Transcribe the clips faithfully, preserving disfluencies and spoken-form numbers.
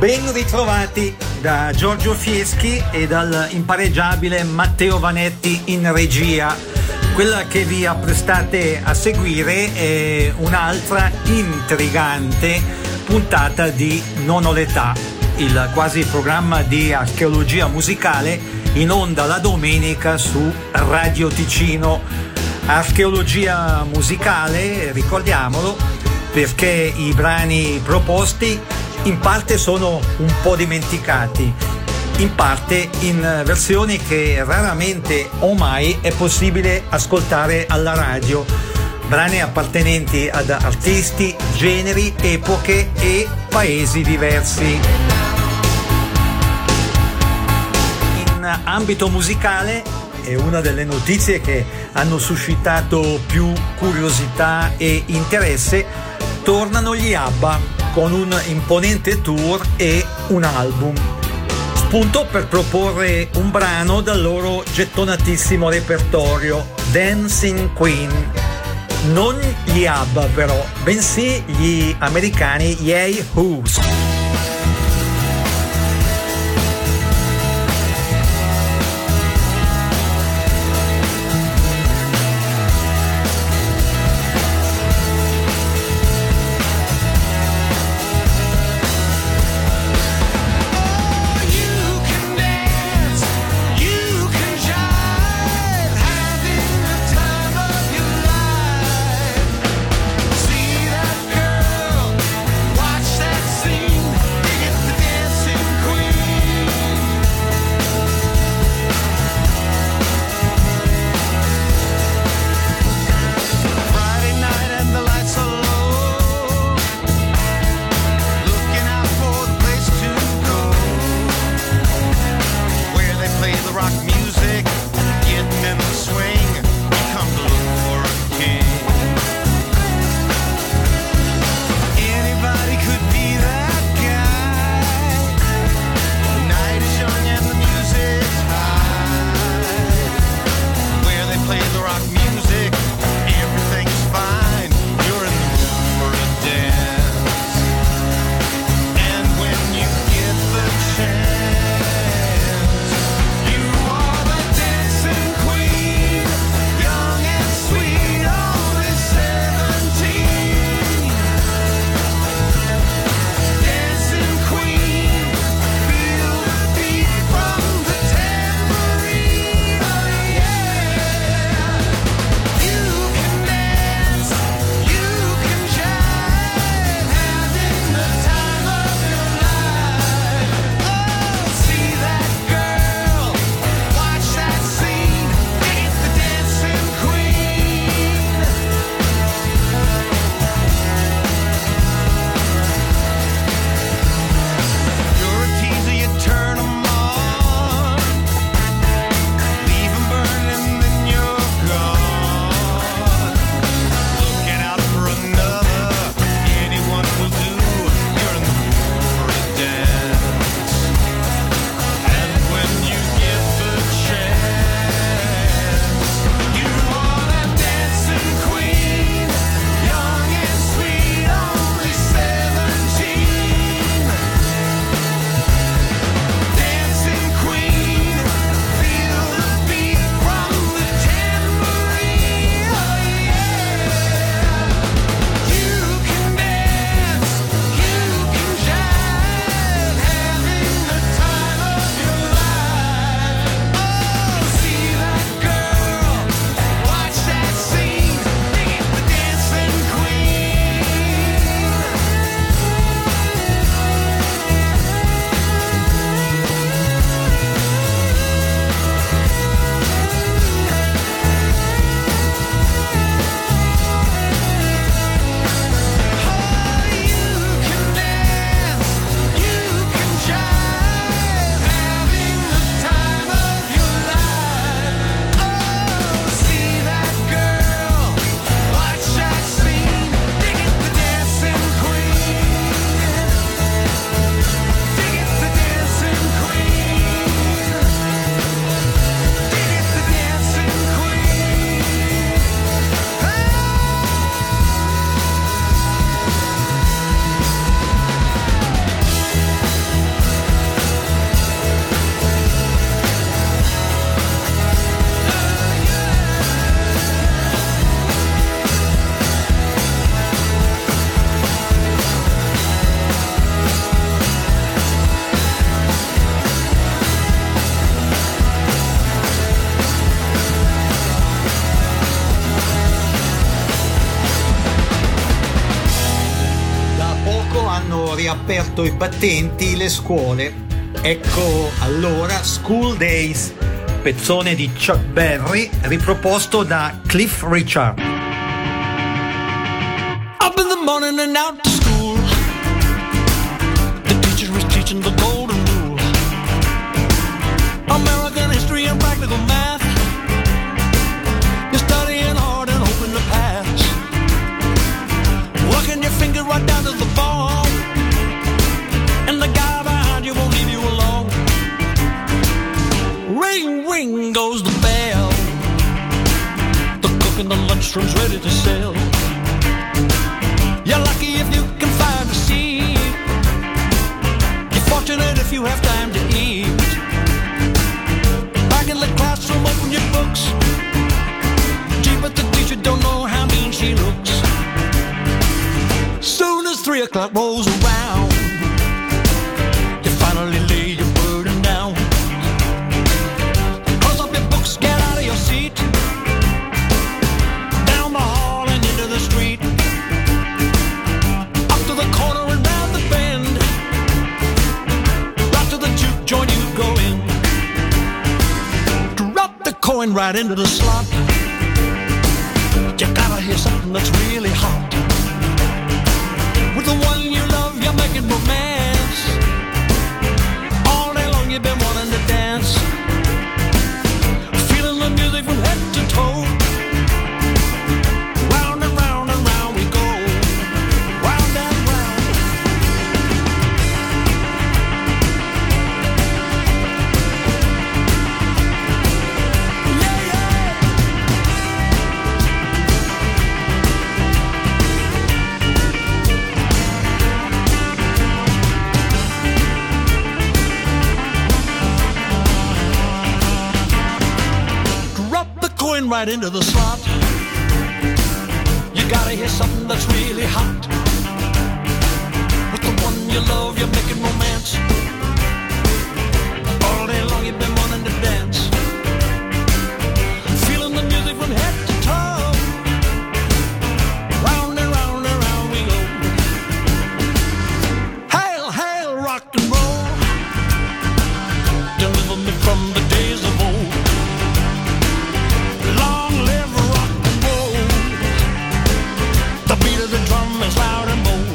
Ben ritrovati da Giorgio Fieschi e dal impareggiabile Matteo Vanetti in regia. Quella che vi apprestate a seguire è un'altra intrigante puntata di Non ho l'età, il quasi programma di archeologia musicale in onda la domenica su Radio Ticino. Archeologia musicale, ricordiamolo, perché i brani proposti in parte sono un po' dimenticati, in parte in versioni che raramente o mai è possibile ascoltare alla radio, brani appartenenti ad artisti, generi, epoche e paesi diversi. In ambito musicale è una delle notizie che hanno suscitato più curiosità e interesse. Tornano gli ABBA con un imponente tour e un album, spunto per proporre un brano dal loro gettonatissimo repertorio, Dancing Queen. Non gli ABBA però, bensì gli americani Yay-Hoos. Scene riaperto i battenti, le scuole. Ecco allora School Days, pezzone di Chuck Berry riproposto da Cliff Richard. Up in the morning and out to school. The teacher was teaching the golden rule. American history and practical math. You're studying hard and hoping to pass. Working your finger right down to the ball. And the guy behind you won't leave you alone. Ring, ring goes the bell. The cook in the lunchroom's ready to sell. You're lucky if you can find a seat. You're fortunate if you have time to eat. Back in the classroom, open your books. Gee, but the teacher don't know how mean she looks. Soon as three o'clock rolls around, you finally lay your burden down. Close up your books, get out of your seat. Down the hall and into the street. Up to the corner and round the bend. Right to the juke joint you go in. Drop the coin right into the slot. You gotta hear something that's really hot. With the one you love, you're making romance. All day long you've been wanting to dance. Feeling the music from head to toe. Round and round and round we go. Round and round. Yeah, yeah. Going right into the slot. You gotta hear something that's really hot. With the one you love, you're making romance. All day long you've been wanting to dance. Feeling the music from head to toe. Round and round and round we go. Hail, hail, rock and roll. Deliver me from the days of old. Long live rock and roll. The beat of the drum is loud and bold.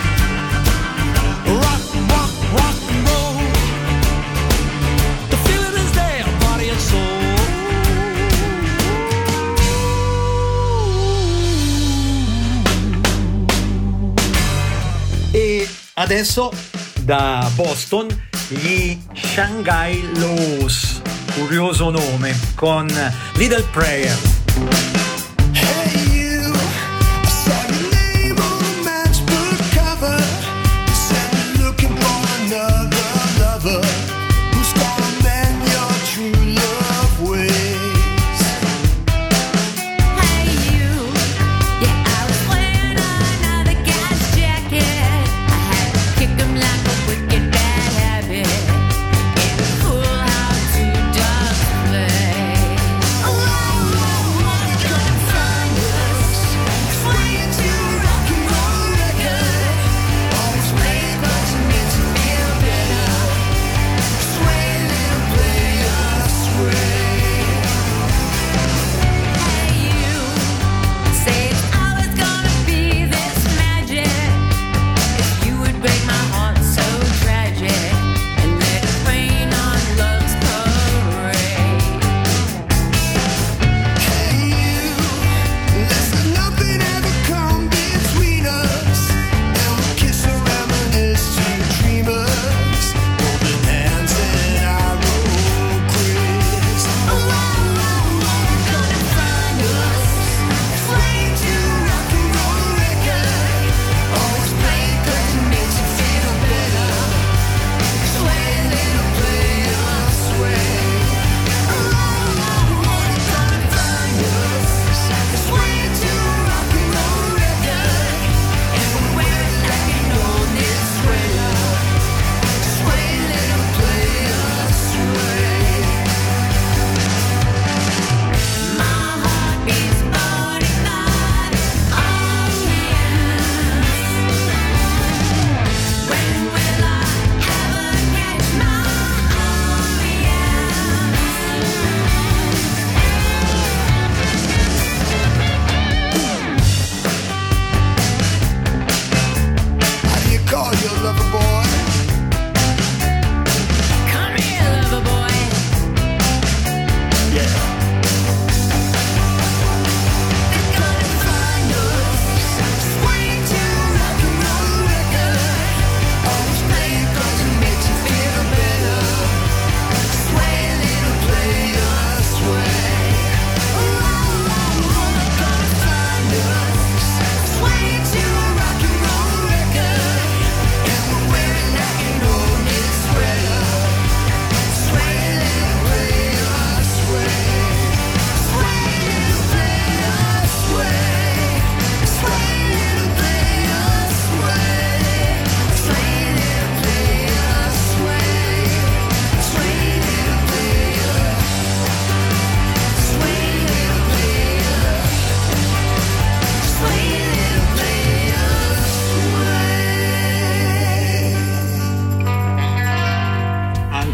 Rock, rock, rock and roll. The feeling is there, body and soul. E adesso da Boston gli Shanghai Lows, curioso nome, con Little Prayer. Go!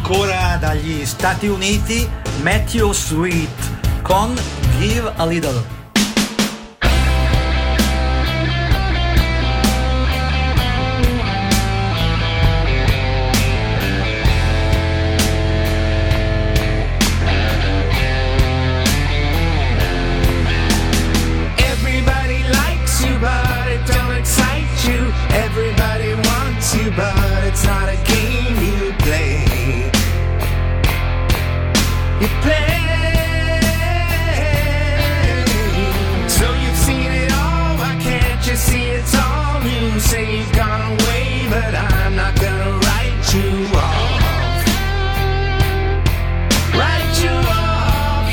ancora dagli Stati Uniti, Matthew Sweet con Give a Little. Everybody likes you, but it don't excite you. Everybody wants you, but it's not a game you play. You play. So you've seen it all, why can't you see it's all new? Say you've gone away, but I'm not gonna write you off. Write you off.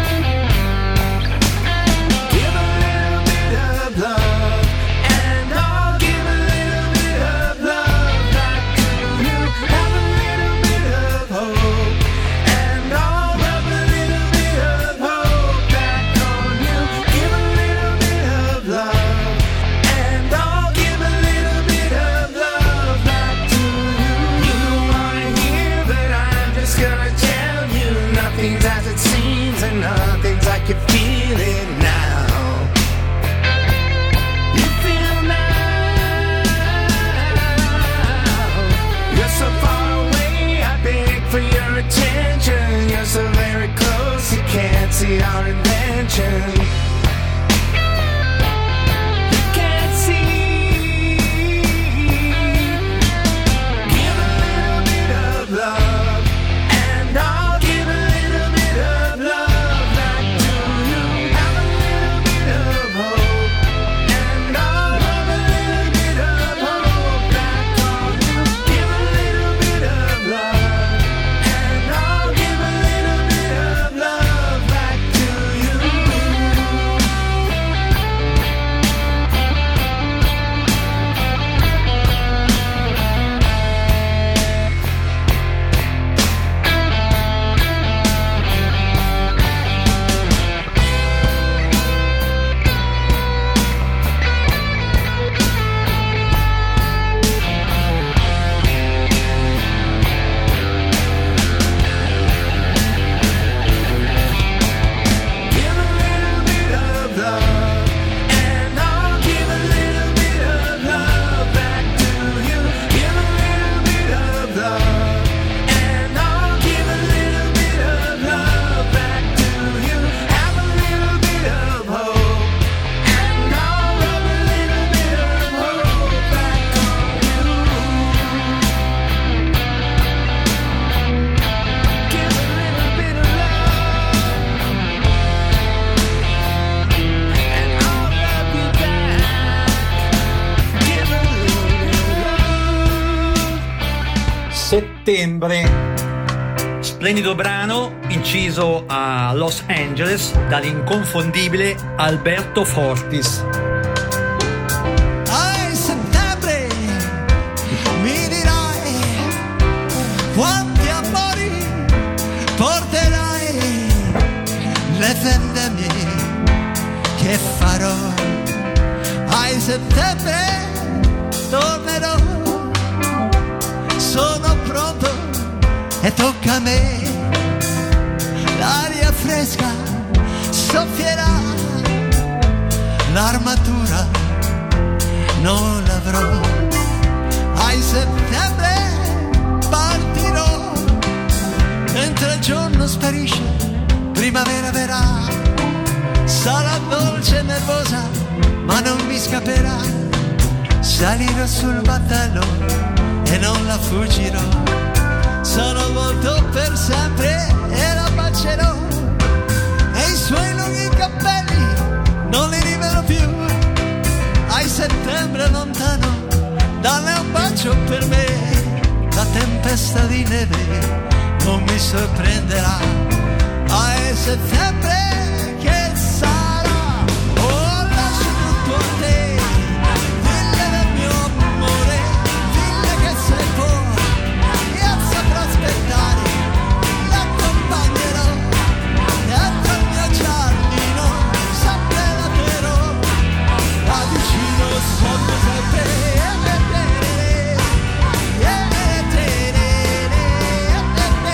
Give a little bit of love, and I'll give a little bit of love back to you. Have a little bit of hope, and I'll rub a little bit of hope back on you. Give a little bit of love, and I'll give a little bit of love back to you. You don't wanna hear, but I'm just gonna tell you, nothing's as it seems, and nothing's like you feel it now. You feel now. You're so far away, I beg for your attention. You're so very close, you can't see our invention. You can't see. Give a little bit of love, and I'll give a little bit of love back to you. Have a little bit of hope, and I'll rub a little bit of hope back on you. Give a little bit of love, and I'll give a little bit of love back to you. Give a little bit of love, and I'll give a little bit of love back to you. Give a little bit of love, and I'll give a little bit of love back to you. Have a little bit of hope, and I'll rub a little bit of hope back on you. Give a little bit of love, and I'll love you back. Give a little bit of love. Settembre. Splendido brano inciso a Los Angeles dall'inconfondibile Alberto Fortis. A settembre mi dirai quanti amori porterai, le vendemmie che farò. A settembre tornerò, sono pronto e tocca a me. L'aria fresca soffierà, l'armatura non l'avrò. A settembre partirò, mentre il giorno sparisce, primavera verrà. Sarà dolce e nervosa, ma non mi scapperà. Salirò sul battello e non la fuggirò. Sono avvolto per sempre e la bacerò, e i suoi lunghi capelli non li rivelo più. A settembre lontano, dalle un bacio per me. La tempesta di neve non mi sorprenderà. A settembre che sarà? Oh, lascio tutto a te, dille del mio amore, dille che sei fuori e saprà aspettare. L'accompagnerò dentro il mio giardino, sempre la terrò, là vicino sotto sempre.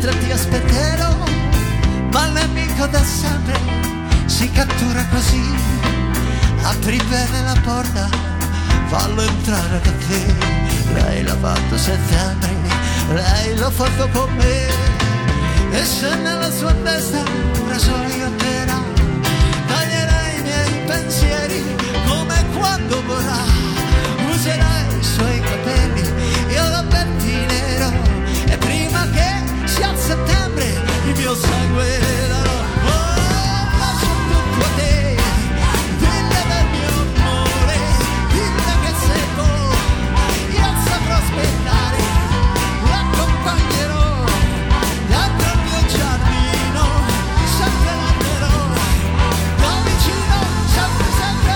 mentre ti aspetterò, ma il nemico da sempre si cattura così. Apri bene la porta, fallo entrare da te. Lei l'ha fatto settembre, lei l'ha fatto con me. E se nella sua testa un rasoio andrà, taglierai i miei pensieri come quando vorrà. Userai i suoi capelli, io la pettinerò, e prima che sia settembre il mio sangue darò. Oh, lascio tutto a te, dille del mio amore, dille che sei tu, io saprò aspettare, l'accompagnerò dentro il mio giardino, sempre l'alberò, da vicino, sempre, sempre,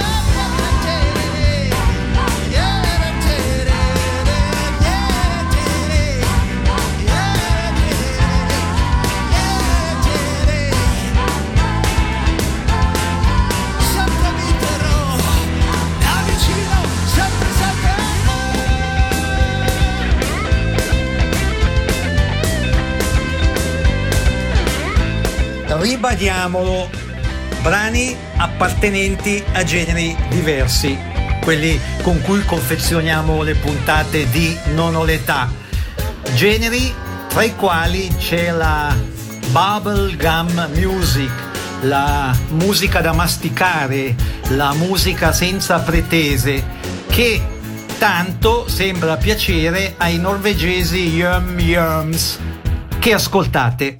sempre mi terrò, da vicino, sempre, sempre. Ribadiamolo, brani appartenenti a generi diversi, quelli con cui confezioniamo le puntate di Non ho l'età, generi tra i quali c'è la bubblegum music, la musica da masticare, la musica senza pretese, che tanto sembra piacere ai norvegesi Yum Yums, che ascoltate.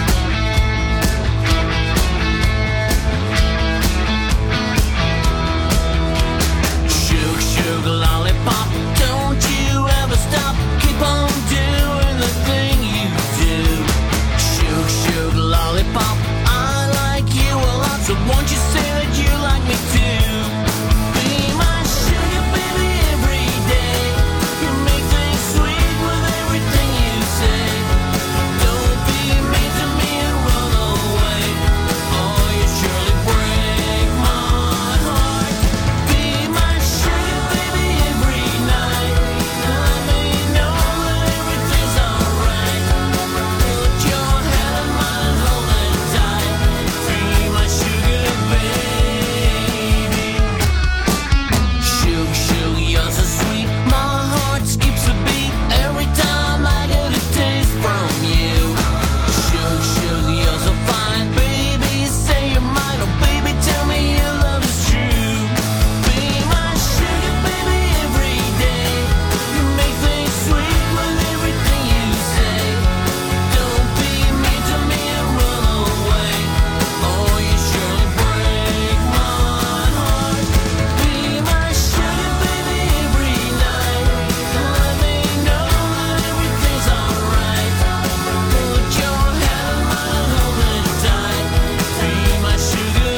Sugar, sugar lollipop, don't you ever stop. Keep on doing the thing you do. Sugar, sugar lollipop, I like you a lot, so won't you say that you like me too? Be my sugar baby every day. You make things sweet with everything you say. Don't be mean to me and run away, or you surely break my heart. Be my sugar baby every night. Let me know that everything's alright. Put your head on mine and hold it tight. Be my sugar baby. Sugar, sugar, you're so sweet. My heart skips a beat every time I get a taste from you. Sugar, sugar, you're so fine. Baby, say you're mine. Oh, baby, tell me your love is true. Be my sugar baby every day. You make things sweet with everything you say. Don't be mean to me and run away, or you surely break my heart. Be my sugar baby every night. Let me know that everything's alright. Put your head on mine and hold it tight. Be my sugar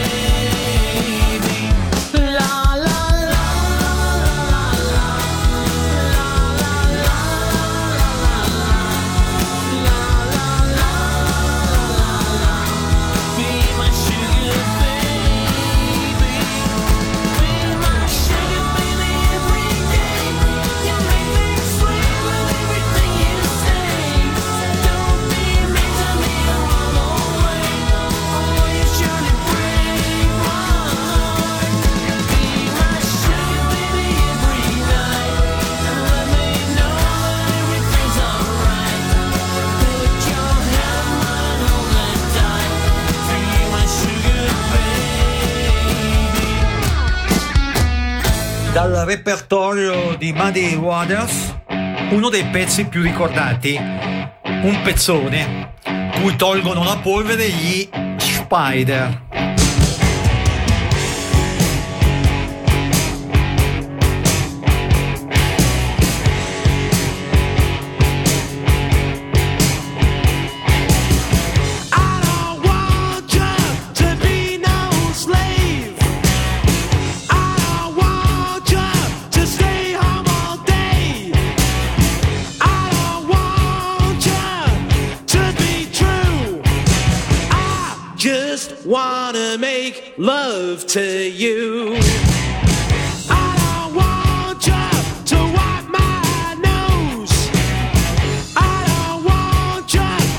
baby. La la la la Be my sugar baby. Be my sugar baby every day. You make things sweet with everything you say. Don't be mean to me and run away, or you surely break my heart. Be my sugar baby every night. Let me know that everything's alright. Put your head on mine, hold it tight. Be my sugar baby. Dal repertorio di Muddy Waters, uno dei pezzi più ricordati, un pezzone cui tolgono la polvere gli Spider. I don't want you to be no slave. I don't want you to stay home all day. I don't want you to be true. I just wanna make love to you. I don't want you to wipe my nose. I don't want you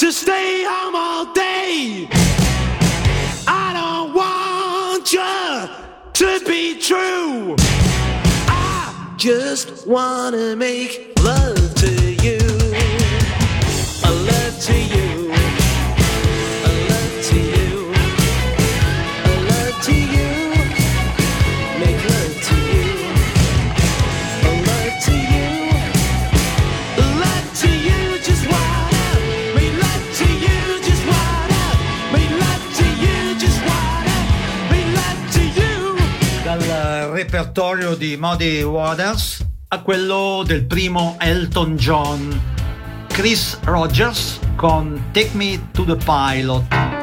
to stay home all day. I don't want you to be true. I just wanna make love to you. A love to you. A love to you. A love to you. Make love to you. A love to you. A love to you. Just wanna make love to you. Just wanna make love to you. Just wanna make love to you. Dal repertorio di Muddy Waters a quello del primo Elton John, Chris Rogers con Take Me to the Pilot.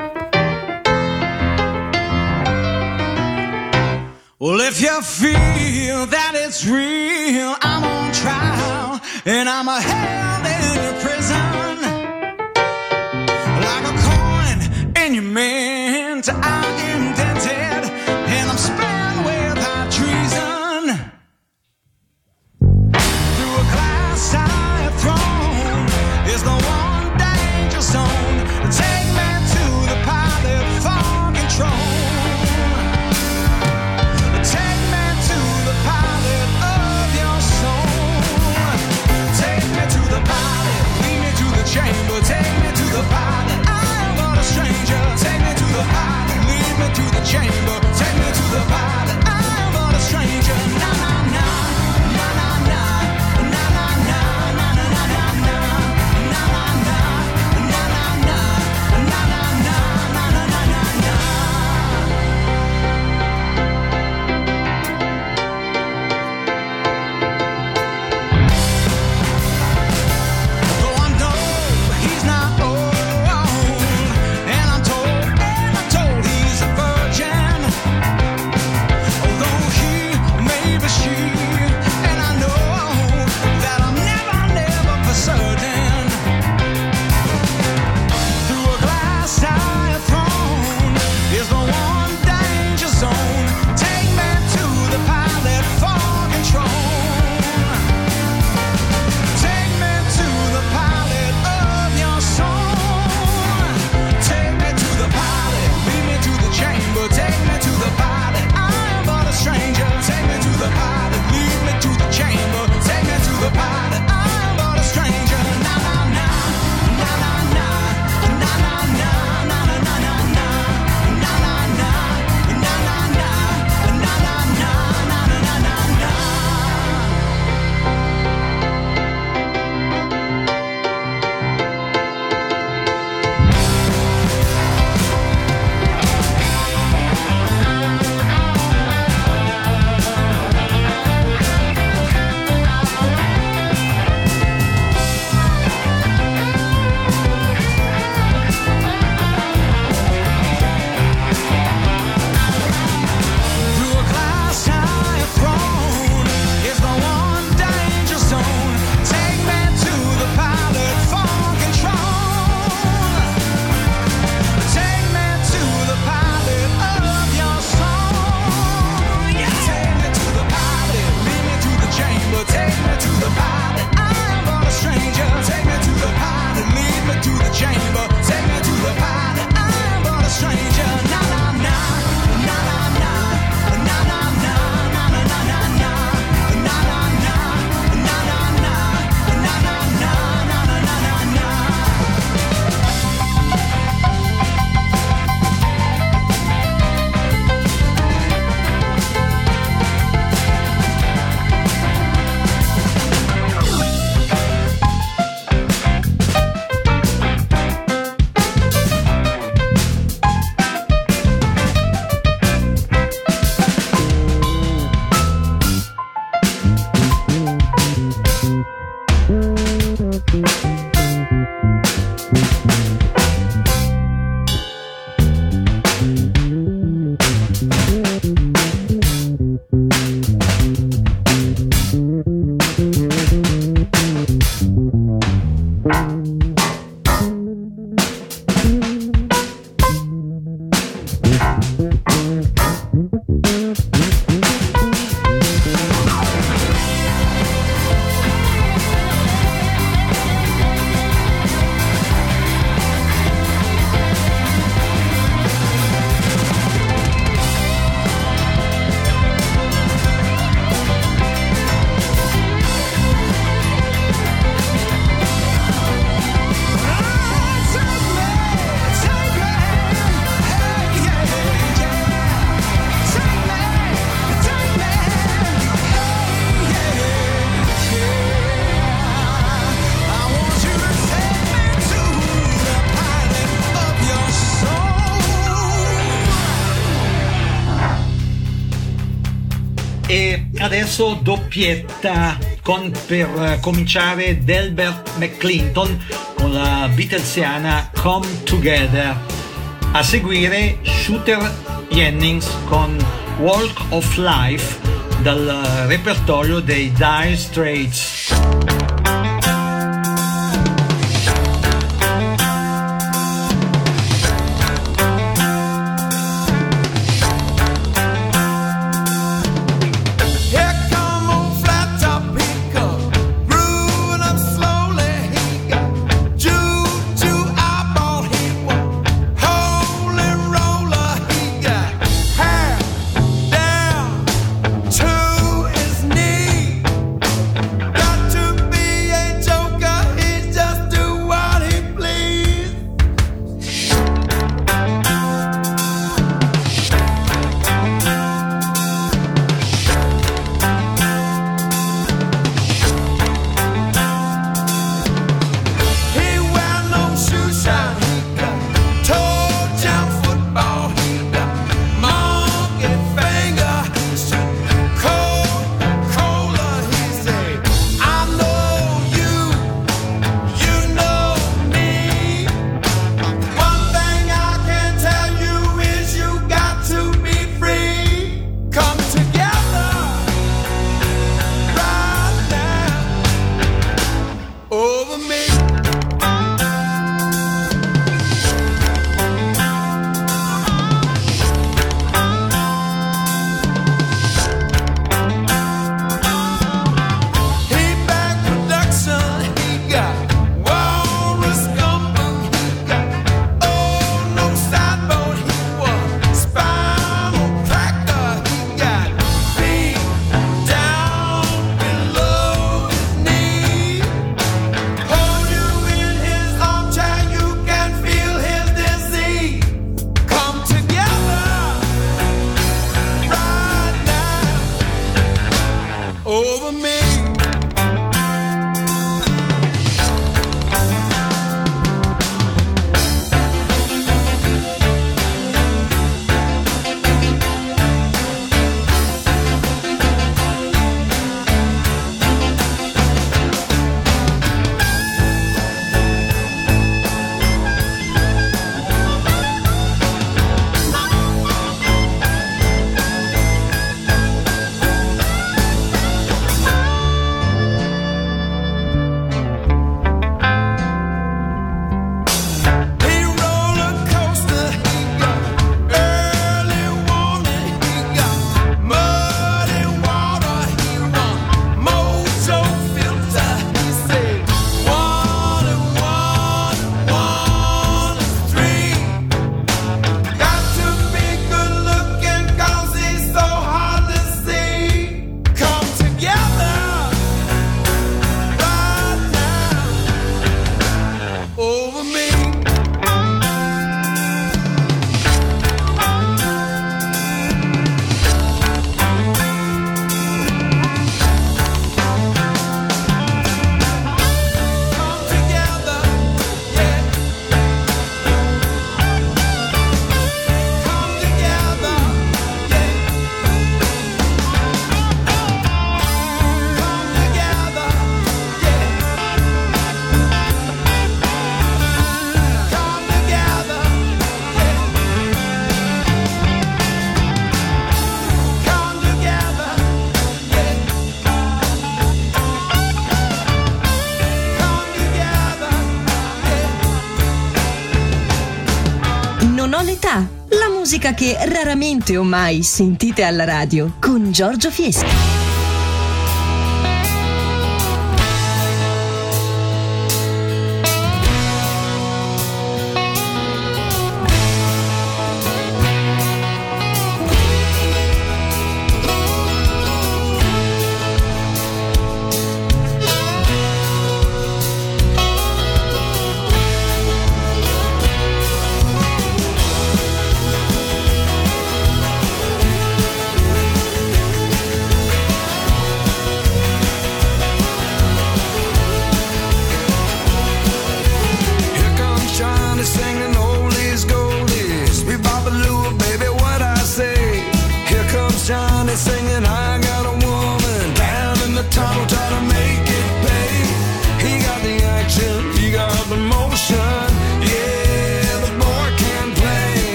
Well, if you feel that it's real, I'm on trial and I'm a held in your prison, like a coin in your mint. I'm indented and I'm spent without treason. Through a glass I have thrown is the one danger zone. Take me to the pilot for control. Take me to the pilot of your soul. Take me to the pilot, lead me to the chamber. Take me to the pilot, I am but a stranger. Take me to the pilot, lead me to the chamber. Take me to the pilot, I am but a stranger. Na na na, na na na, na na na, na na na na na, na na na, na na na, na na na, na na na na na. Though I know he's not old, and I'm told, and I'm told he's a virgin. Although he may be she, and I know that I'm never, never for certain. Through a glass I have thrown is the one danger zone. Take me to the pilot for control. Take me to the pilot of your soul. Take me to the pilot, lead me to the chamber. Take me to the pilot, I am but a stranger. Take me to the pilot, lead me to the chamber. Take me to the pilot, I am but a stranger. Na na na, na na na, na na na, na na na na na, na na na, na na na, na na na, na na na na. Through a glass I have thrown is the one danger zone. Take me to the pilot for control. Take me to the pilot of your soul. Yeah. Take me to the pilot, lead me to the chamber. Take me to the pilot, I am but a stranger. Take me to the pilot, lead me to the chamber. Take me to the pilot, I am but a stranger. Na na na, na na na, na na na, na na na na na, na na na, na na na, na na na, na na na na na. adesso doppietta con, per uh, cominciare Delbert McClinton con la Beatlesiana Come Together. A seguire Shooter Jennings con Walk of Life dal repertorio dei Dire Straits. La musica che raramente o mai sentite alla radio con Giorgio Fieschi.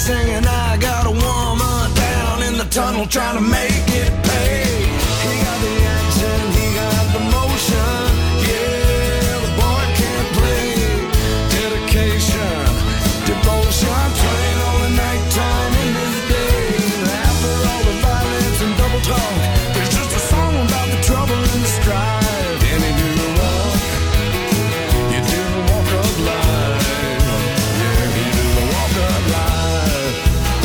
singing, I got a woman down in the tunnel trying to make it pay. He got the accent, he got the motion. Yeah, the boy can't play. Dedication, devotion, train all the nighttime in his day. After all the violence and double talk, there's just a song about the trouble and the strife. And he didn't walk, he didn't walk up live. Yeah, he didn't walk up live.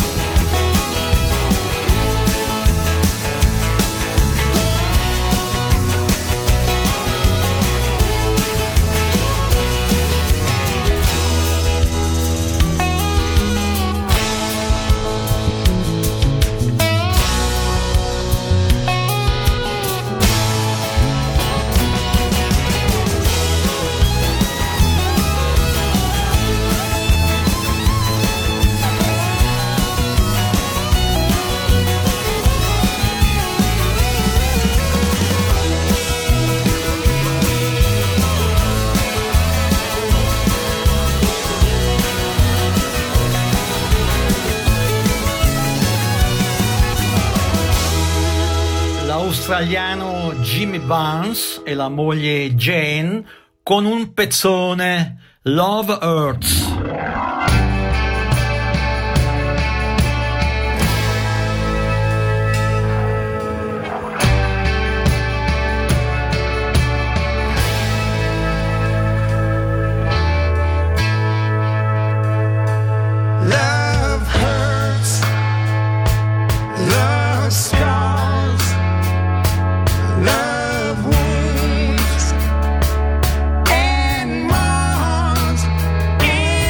L'australiano Jimmy Barnes e la moglie Jane con un pezzone, Love Hurts. Love hurts, love scars, love wounds and mourns in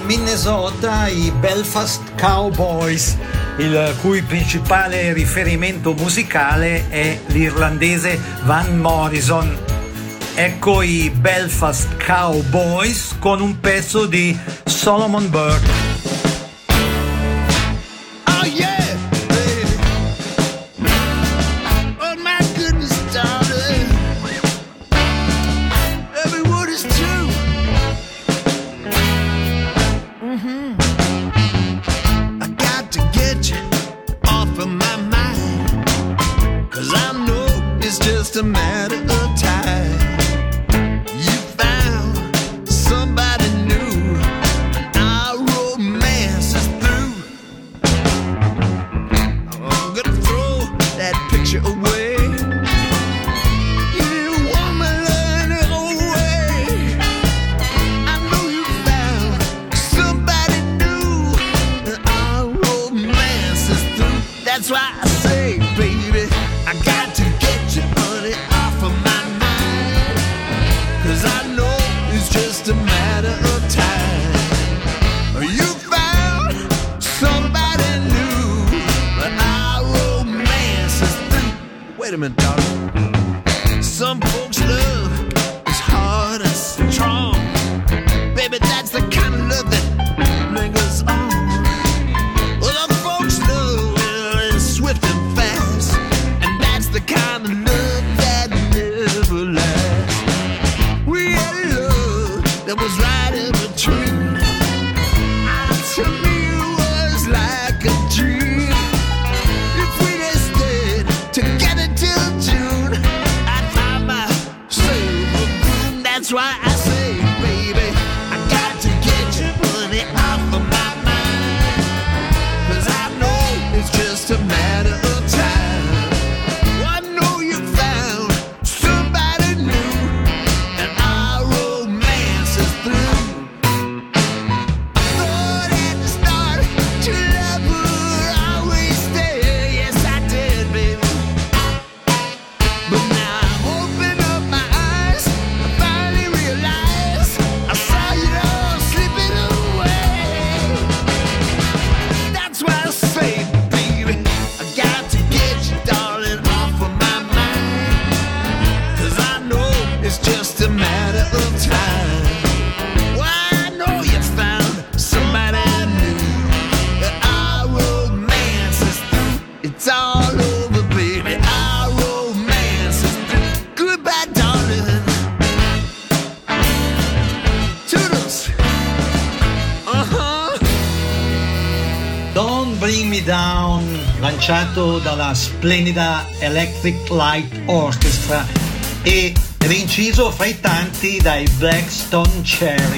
Minnesota i Belfast Cowboys, il cui principale riferimento musicale è l'irlandese Van Morrison. Ecco i Belfast Cowboys con un pezzo di Solomon Burke. Oh yeah, baby. Oh my goodness, darling. Every word is true. Mm-hmm. I got to get you off of my mind, 'cause I know it's just a matter of time. You found somebody new, and our romance is through. I'm gonna throw that picture away. You want my love away. I know you found somebody new, and our romance is through. That's why I say, baby, I got to get you, honey, off of my mind, 'cause I know it's just a matter of time. You found somebody new, but our romance is through. Wait a minute, darling. Some folks' love is hard and strong. Baby, that's the kind of love that lingers on. Other folks' love well, is swift and fast, and that's the kind of love that never lasts. We had love that was right in between. To me it was like a dream. If we'd have stayed together till June, I'd find myself a groom. That's why I say, baby, I got to get you, honey, off of my mind, 'cause I know it's just a matter of time. I know you found somebody new, and our romance is through. Thought at the start true love would always stay. Yes, I did, baby. But now I open up my eyes, I finally realize I saw you all slipping away. That's why I say, baby, I got to get you, darling, off of my mind, 'cause I know it's just a matter of time. Why, I know you found somebody new, and our romance is through. It's all over, baby, our romance is through. Goodbye, darling. Toodles. Uh-huh. Don't Bring Me Down, lanciato dalla splendida Electric Light Orchestra e rinciso fra i tanti dai Black Stone Cherry.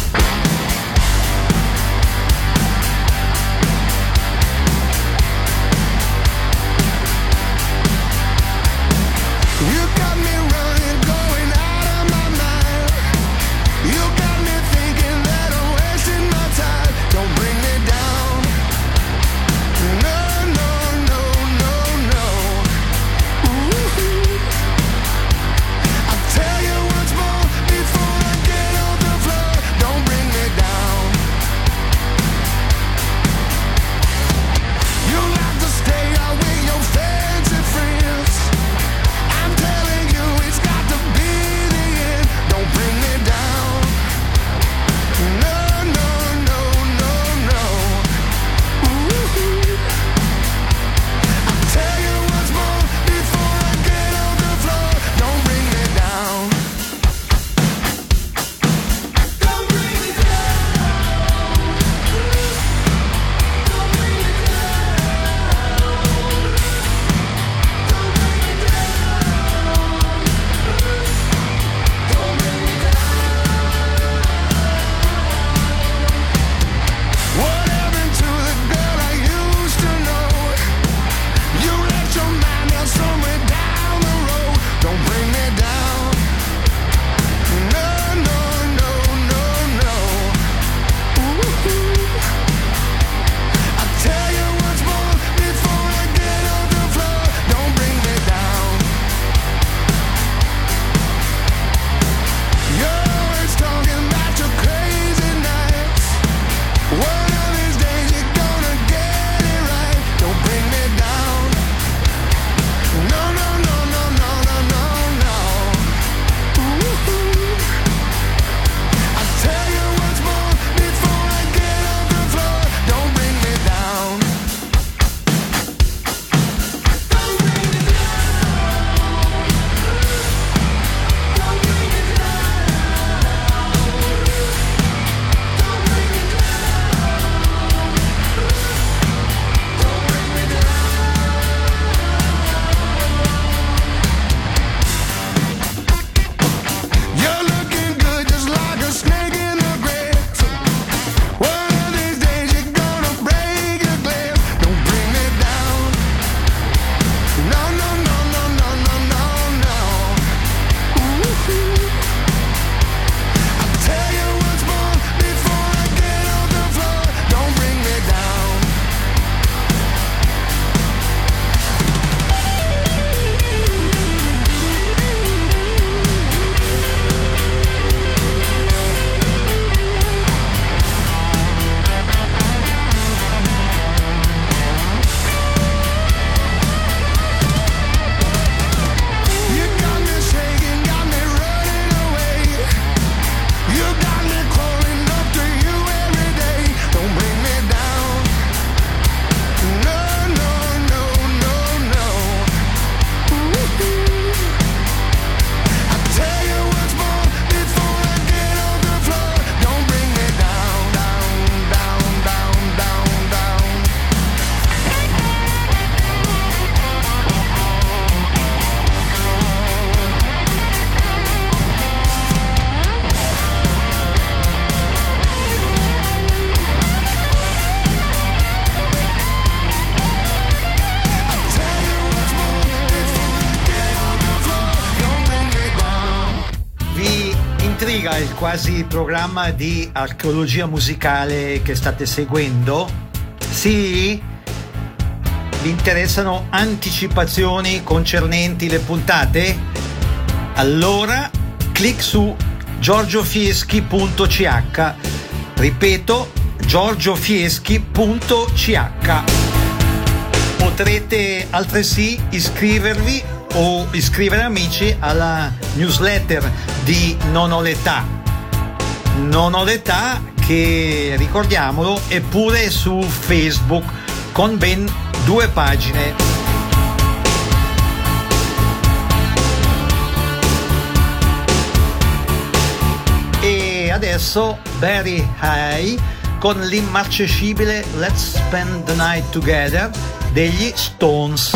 You got me running, going out of my mind. You got me thinking that I'm wasting my time. Don't bring me down. No, no, no, no, no. Ooh. I'll tell you once more before I get on the floor. Don't bring me figa il quasi programma di archeologia musicale che state seguendo? Sì? Vi interessano anticipazioni concernenti le puntate? Allora clic su giorgiofieschi punto c h, ripeto giorgiofieschi punto c h. Potrete altresì iscrivervi o iscrivere amici alla newsletter di Non ho l'età. Non ho l'età che, ricordiamolo, è pure su Facebook con ben due pagine. E adesso Barry Hay con l'immarcescibile Let's Spend the Night Together degli Stones.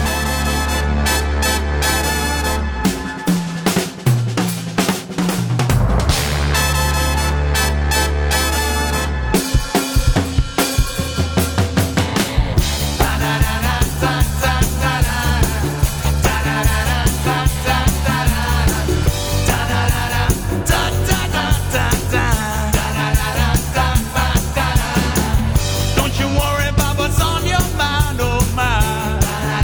Don't you worry about what's on your mind, oh my.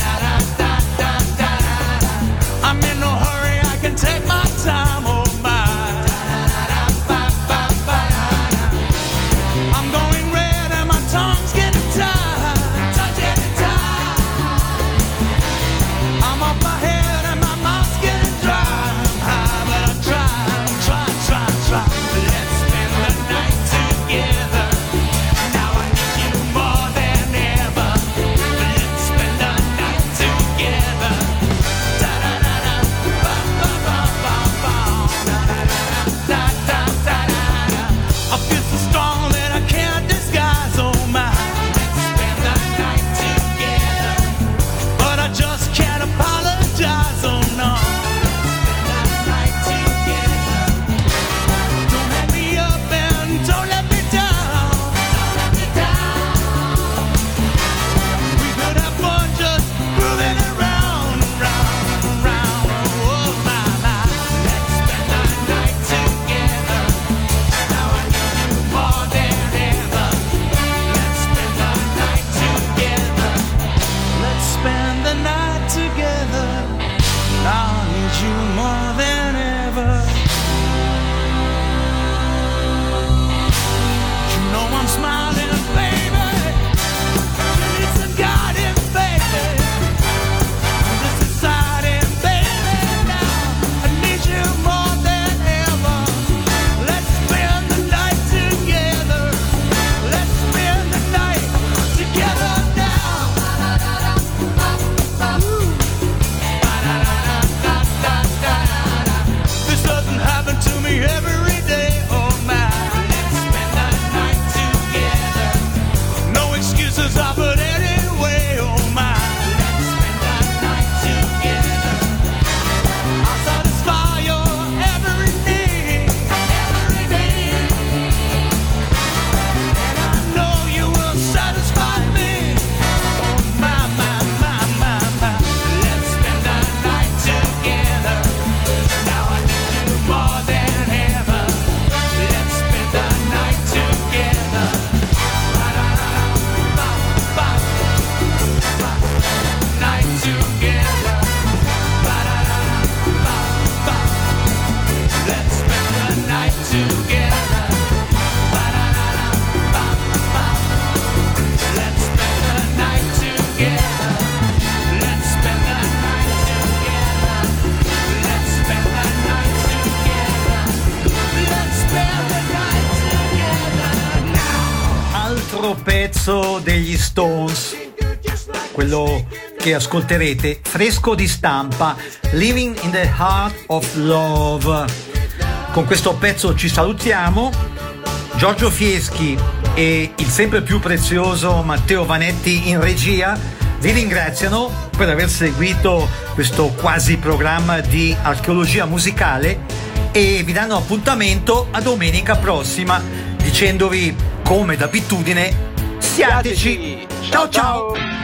altro pezzo degli Stones, quello che ascolterete, fresco di stampa, Living in the Heart of Love. Con questo pezzo ci salutiamo. Giorgio Fieschi e il sempre più prezioso Matteo Vanetti in regia vi ringraziano per aver seguito questo quasi programma di archeologia musicale e vi danno appuntamento a domenica prossima, dicendovi come d'abitudine: siateci! Ciao ciao!